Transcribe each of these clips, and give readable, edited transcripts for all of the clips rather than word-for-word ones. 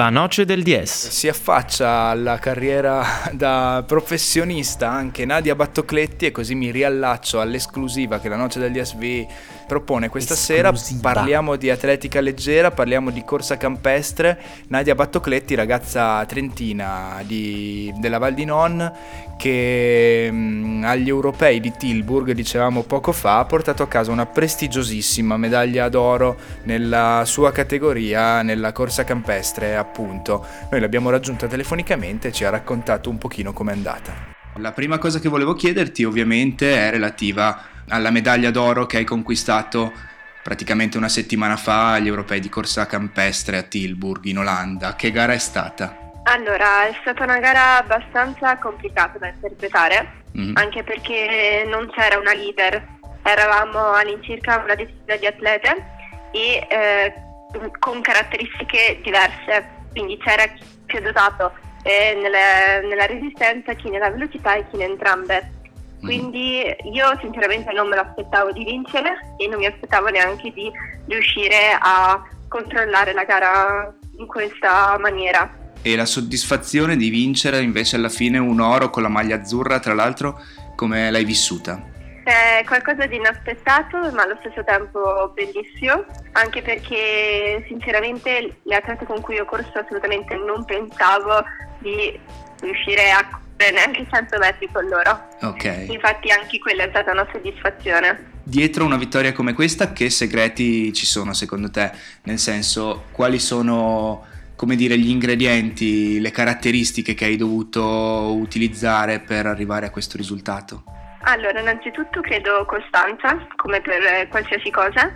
La Noce del DS. Si affaccia alla carriera da professionista anche Nadia Battocletti, e così mi riallaccio all'esclusiva che La Noce del DS vi propone questa sera. Parliamo di atletica leggera, parliamo di corsa campestre. Nadia Battocletti, ragazza trentina della Val di Non, che agli europei di Tilburg, dicevamo poco fa, ha portato a casa una prestigiosissima medaglia d'oro nella sua categoria, nella corsa campestre appunto. Noi l'abbiamo raggiunta telefonicamente e ci ha raccontato un pochino com'è andata. La prima cosa che volevo chiederti ovviamente è relativa alla medaglia d'oro che hai conquistato praticamente una settimana fa agli europei di corsa campestre a Tilburg in Olanda. Che gara è stata? Allora, è stata una gara abbastanza complicata da interpretare, anche perché non c'era una leader. Eravamo all'incirca una decina di atlete e con caratteristiche diverse, quindi c'era chi più dotato nella resistenza, chi nella velocità e chi in entrambe. Quindi io sinceramente non me l'aspettavo di vincere e non mi aspettavo neanche di riuscire a controllare la gara in questa maniera. E la soddisfazione di vincere invece alla fine un oro con la maglia azzurra, tra l'altro, come l'hai vissuta? È qualcosa di inaspettato, ma allo stesso tempo bellissimo, anche perché sinceramente le atlete con cui ho corso assolutamente non pensavo di riuscire a correre neanche 100 metri con loro. Ok. Infatti anche quella è stata una soddisfazione. Dietro una vittoria come questa, che segreti ci sono secondo te? Nel senso, quali sono, come dire, gli ingredienti, le caratteristiche che hai dovuto utilizzare per arrivare a questo risultato? Allora, innanzitutto credo costanza, come per qualsiasi cosa,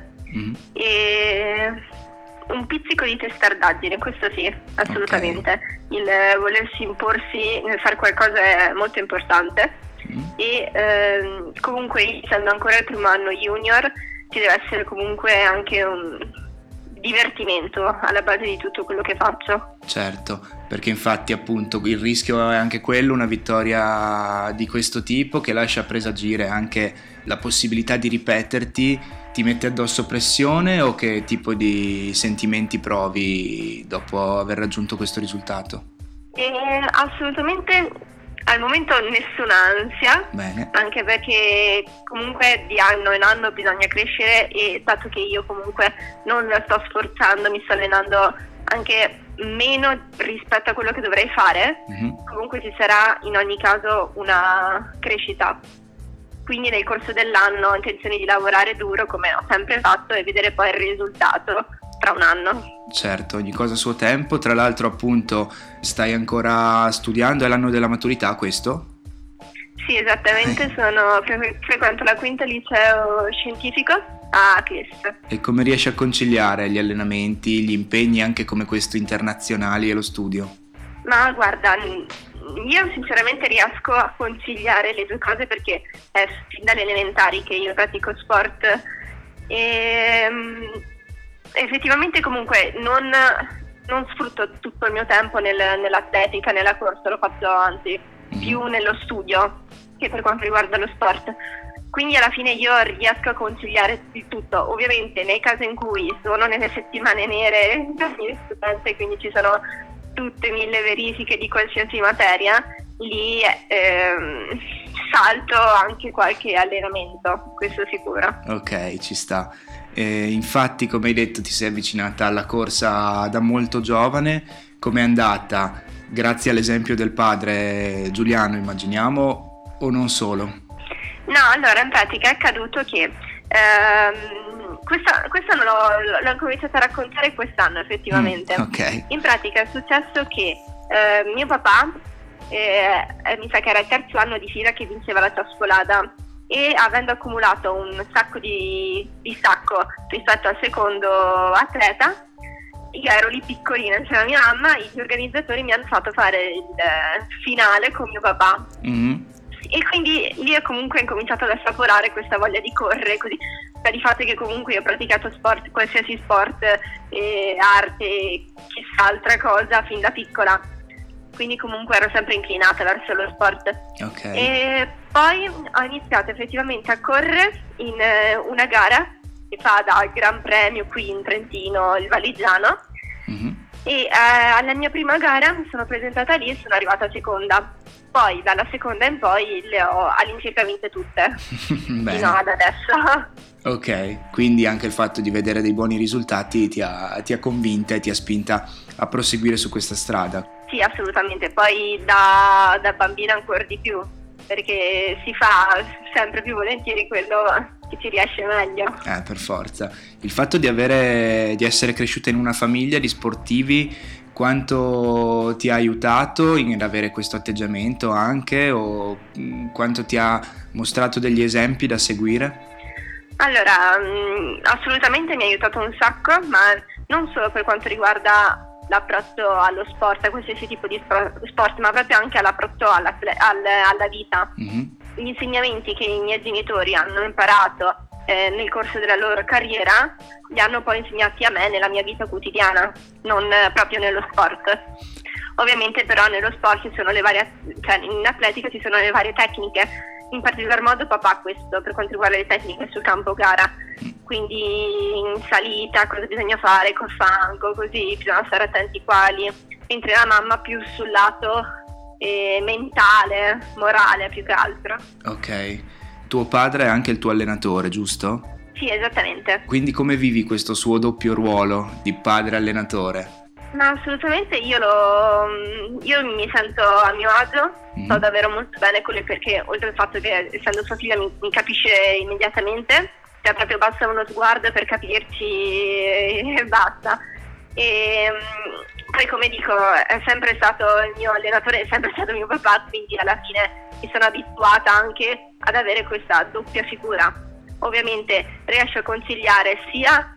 e un pizzico di testardaggine, questo sì, assolutamente. Okay. Il volersi imporsi nel fare qualcosa è molto importante e comunque, essendo ancora il primo anno junior, ci deve essere comunque anche un divertimento alla base di tutto quello che faccio. Certo, perché infatti appunto il rischio è anche quello, una vittoria di questo tipo che lascia presagire anche la possibilità di ripeterti. Ti mette addosso pressione o che tipo di sentimenti provi dopo aver raggiunto questo risultato? Assolutamente al momento nessuna ansia. Bene. Anche perché comunque di anno in anno bisogna crescere e dato che io comunque non la sto sforzando, mi sto allenando anche meno rispetto a quello che dovrei fare, comunque ci sarà in ogni caso una crescita. Quindi nel corso dell'anno ho intenzione di lavorare duro come ho sempre fatto e vedere poi il risultato tra un anno. Certo, ogni cosa a suo tempo. Tra l'altro appunto stai ancora studiando, è l'anno della maturità questo? Sì, esattamente, frequento la quinta liceo scientifico a Trieste. E come riesci a conciliare gli allenamenti, gli impegni anche come questo internazionali e lo studio? Ma guarda, io sinceramente riesco a conciliare le due cose perché è fin dalle elementari che io pratico sport e effettivamente comunque non sfrutto tutto il mio tempo nell'atletica, nella corsa, lo faccio anzi più nello studio che per quanto riguarda lo sport. Quindi alla fine io riesco a conciliare il tutto. Ovviamente nei casi in cui sono nelle settimane nere per gli studenti, quindi ci sono tutte 1000 verifiche di qualsiasi materia, lì salto anche qualche allenamento, questo sicuro. Ok, ci sta. Infatti, come hai detto, ti sei avvicinata alla corsa da molto giovane. Com'è andata? Grazie all'esempio del padre Giuliano, immaginiamo, o non solo? No, allora in pratica è accaduto che quest'anno l'ho cominciato a raccontare quest'anno effettivamente. Okay. In pratica è successo che mio papà mi sa che era il terzo anno di fila che vinceva la ciascolata e avendo accumulato un sacco di distacco rispetto al secondo atleta, io ero lì piccolina insieme a mia mamma, gli organizzatori mi hanno fatto fare il finale con mio papà. E quindi lì ho comunque incominciato ad assaporare questa voglia di correre, così sta di fatto che comunque io ho praticato sport, qualsiasi sport, arte, chissà altra cosa fin da piccola, quindi comunque ero sempre inclinata verso lo sport. Okay. E poi ho iniziato effettivamente a correre in una gara che fa da Gran Premio qui in Trentino, il Valigiano, e alla mia prima gara mi sono presentata lì e sono arrivata seconda. Poi dalla seconda in poi le ho all'incirca vinte tutte, fino ad adesso. Ok, quindi anche il fatto di vedere dei buoni risultati ti ha convinta e ti ha spinta a proseguire su questa strada. Sì, assolutamente, poi da bambina ancora di più, perché si fa sempre più volentieri quello che ci riesce meglio. Per forza. Il fatto di essere cresciuta in una famiglia di sportivi, quanto ti ha aiutato in avere questo atteggiamento anche, o quanto ti ha mostrato degli esempi da seguire? Allora, assolutamente mi ha aiutato un sacco, ma non solo per quanto riguarda l'approccio allo sport, a qualsiasi tipo di sport, ma proprio anche all'approccio alla vita. Mm-hmm. Gli insegnamenti che i miei genitori hanno imparato nel corso della loro carriera li hanno poi insegnati a me nella mia vita quotidiana, non proprio nello sport. Ovviamente però nello sport ci sono in atletica ci sono le varie tecniche, in particolar modo papà questo per quanto riguarda le tecniche sul campo gara, quindi in salita cosa bisogna fare col fango, così bisogna stare attenti quali, mentre la mamma più sul lato mentale, morale più che altro. Ok, tuo padre è anche il tuo allenatore, giusto? Sì, esattamente. Quindi come vivi questo suo doppio ruolo di padre-allenatore? No, assolutamente, io mi sento a mio agio, sto davvero molto bene con lui, perché oltre al fatto che essendo sua figlia mi capisce immediatamente, cioè proprio basta uno sguardo per capirci e basta. E poi come dico, è sempre stato il mio allenatore, è sempre stato mio papà, quindi alla fine mi sono abituata anche ad avere questa doppia figura. Ovviamente riesco a conciliare sia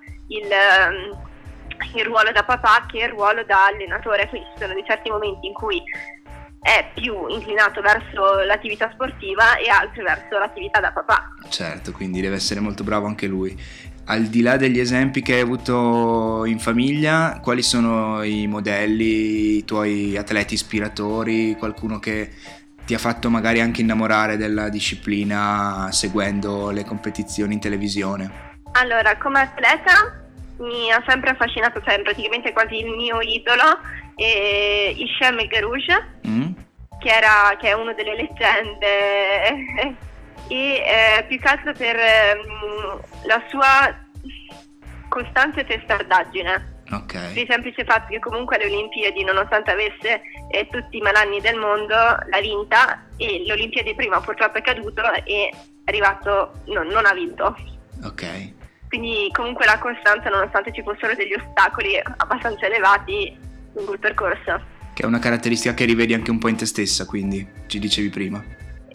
il ruolo da papà che il ruolo da allenatore, quindi ci sono dei certi momenti in cui è più inclinato verso l'attività sportiva e altri verso l'attività da papà. Certo, quindi deve essere molto bravo anche lui. Al di là degli esempi che hai avuto in famiglia, quali sono i modelli, i tuoi atleti ispiratori, qualcuno che ti ha fatto magari anche innamorare della disciplina seguendo le competizioni in televisione? Allora, come atleta mi ha sempre affascinato, cioè praticamente quasi il mio idolo, Hicham El Guerrouj, che è uno delle leggende, e più che altro per la sua costante testardaggine. Okay. Per il semplice fatto che comunque alle Olimpiadi, nonostante avesse tutti i malanni del mondo, l'ha vinta, e le Olimpiadi prima purtroppo è caduto e è arrivato, non ha vinto. Ok. Quindi comunque la costanza, nonostante ci fossero degli ostacoli abbastanza elevati in quel percorso. Che è una caratteristica che rivedi anche un po' in te stessa, quindi ci dicevi prima.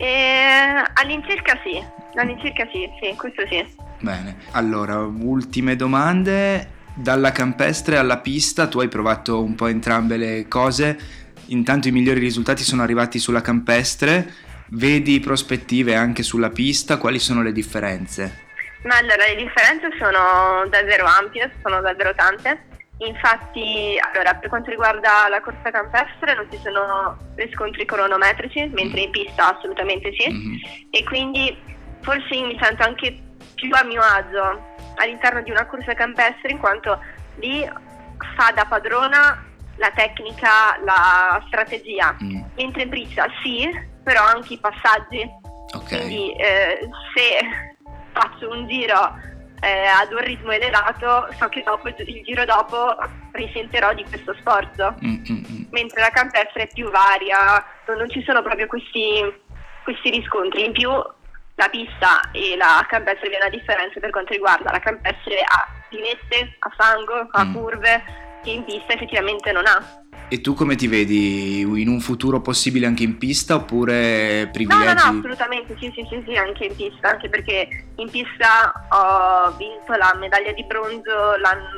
All'incirca sì, questo sì. Bene, allora, ultime domande. Dalla campestre alla pista, tu hai provato un po' entrambe le cose, intanto i migliori risultati sono arrivati sulla campestre, vedi prospettive anche sulla pista, quali sono le differenze? Ma allora, le differenze sono davvero ampie, sono davvero tante. Infatti, allora, per quanto riguarda la corsa campestre non ci sono riscontri cronometrici, mentre in pista assolutamente sì. Mm-hmm. E quindi forse mi sento anche più a mio agio all'interno di una corsa campestre, in quanto lì fa da padrona la tecnica, la strategia, mentre in pista sì, però anche i passaggi. Okay. Quindi se faccio un giro ad un ritmo elevato, so che dopo il giro dopo risentirò di questo sforzo, mentre la campestre è più varia, non ci sono proprio questi riscontri. In più la pista e la campestre vi è una differenza per quanto riguarda la campestre a pinette, a fango, a curve, che in pista effettivamente non ha. E tu come ti vedi in un futuro possibile anche in pista, oppure privilegi? No, assolutamente, sì, anche in pista, anche perché in pista ho vinto la medaglia di bronzo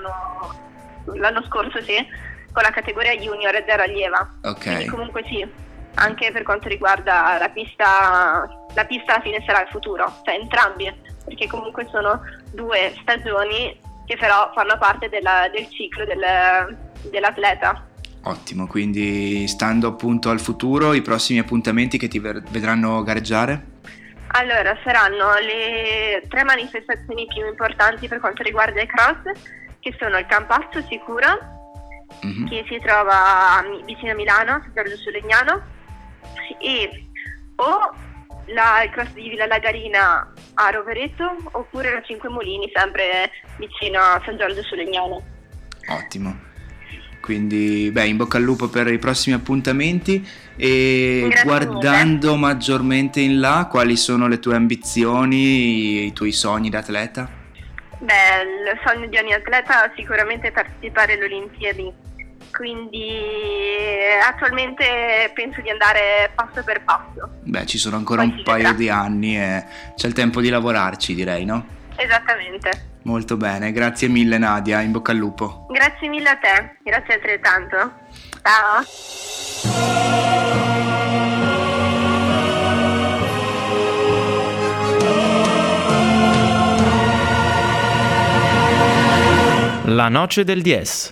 l'anno scorso, sì, con la categoria junior ed ero allieva. Ok. Quindi comunque sì, anche per quanto riguarda la pista alla fine sarà il futuro, cioè entrambi, perché comunque sono 2 stagioni che però fanno parte del ciclo dell'atleta. Ottimo, quindi stando appunto al futuro, i prossimi appuntamenti che ti vedranno gareggiare? Allora, saranno le 3 manifestazioni più importanti per quanto riguarda i cross, che sono il Campazzo sicuro, che si trova vicino a Milano, a San Giorgio sul Legnano, e o il cross di Villa Lagarina a Rovereto, oppure la Cinque Mulini, sempre vicino a San Giorgio sul Legnano. Ottimo. Quindi in bocca al lupo per i prossimi appuntamenti. E Grazie guardando mille. maggiormente in là, quali sono le tue ambizioni, i tuoi sogni da atleta? Il sogno di ogni atleta è sicuramente partecipare alle Olimpiadi, quindi attualmente penso di andare passo per passo. Ci sono ancora Poi un si paio vedrà. di anni e c'è il tempo di lavorarci, direi, no? Esattamente. Molto bene, grazie mille Nadia, in bocca al lupo. Grazie mille a te, grazie altrettanto. Ciao. La noche del 10.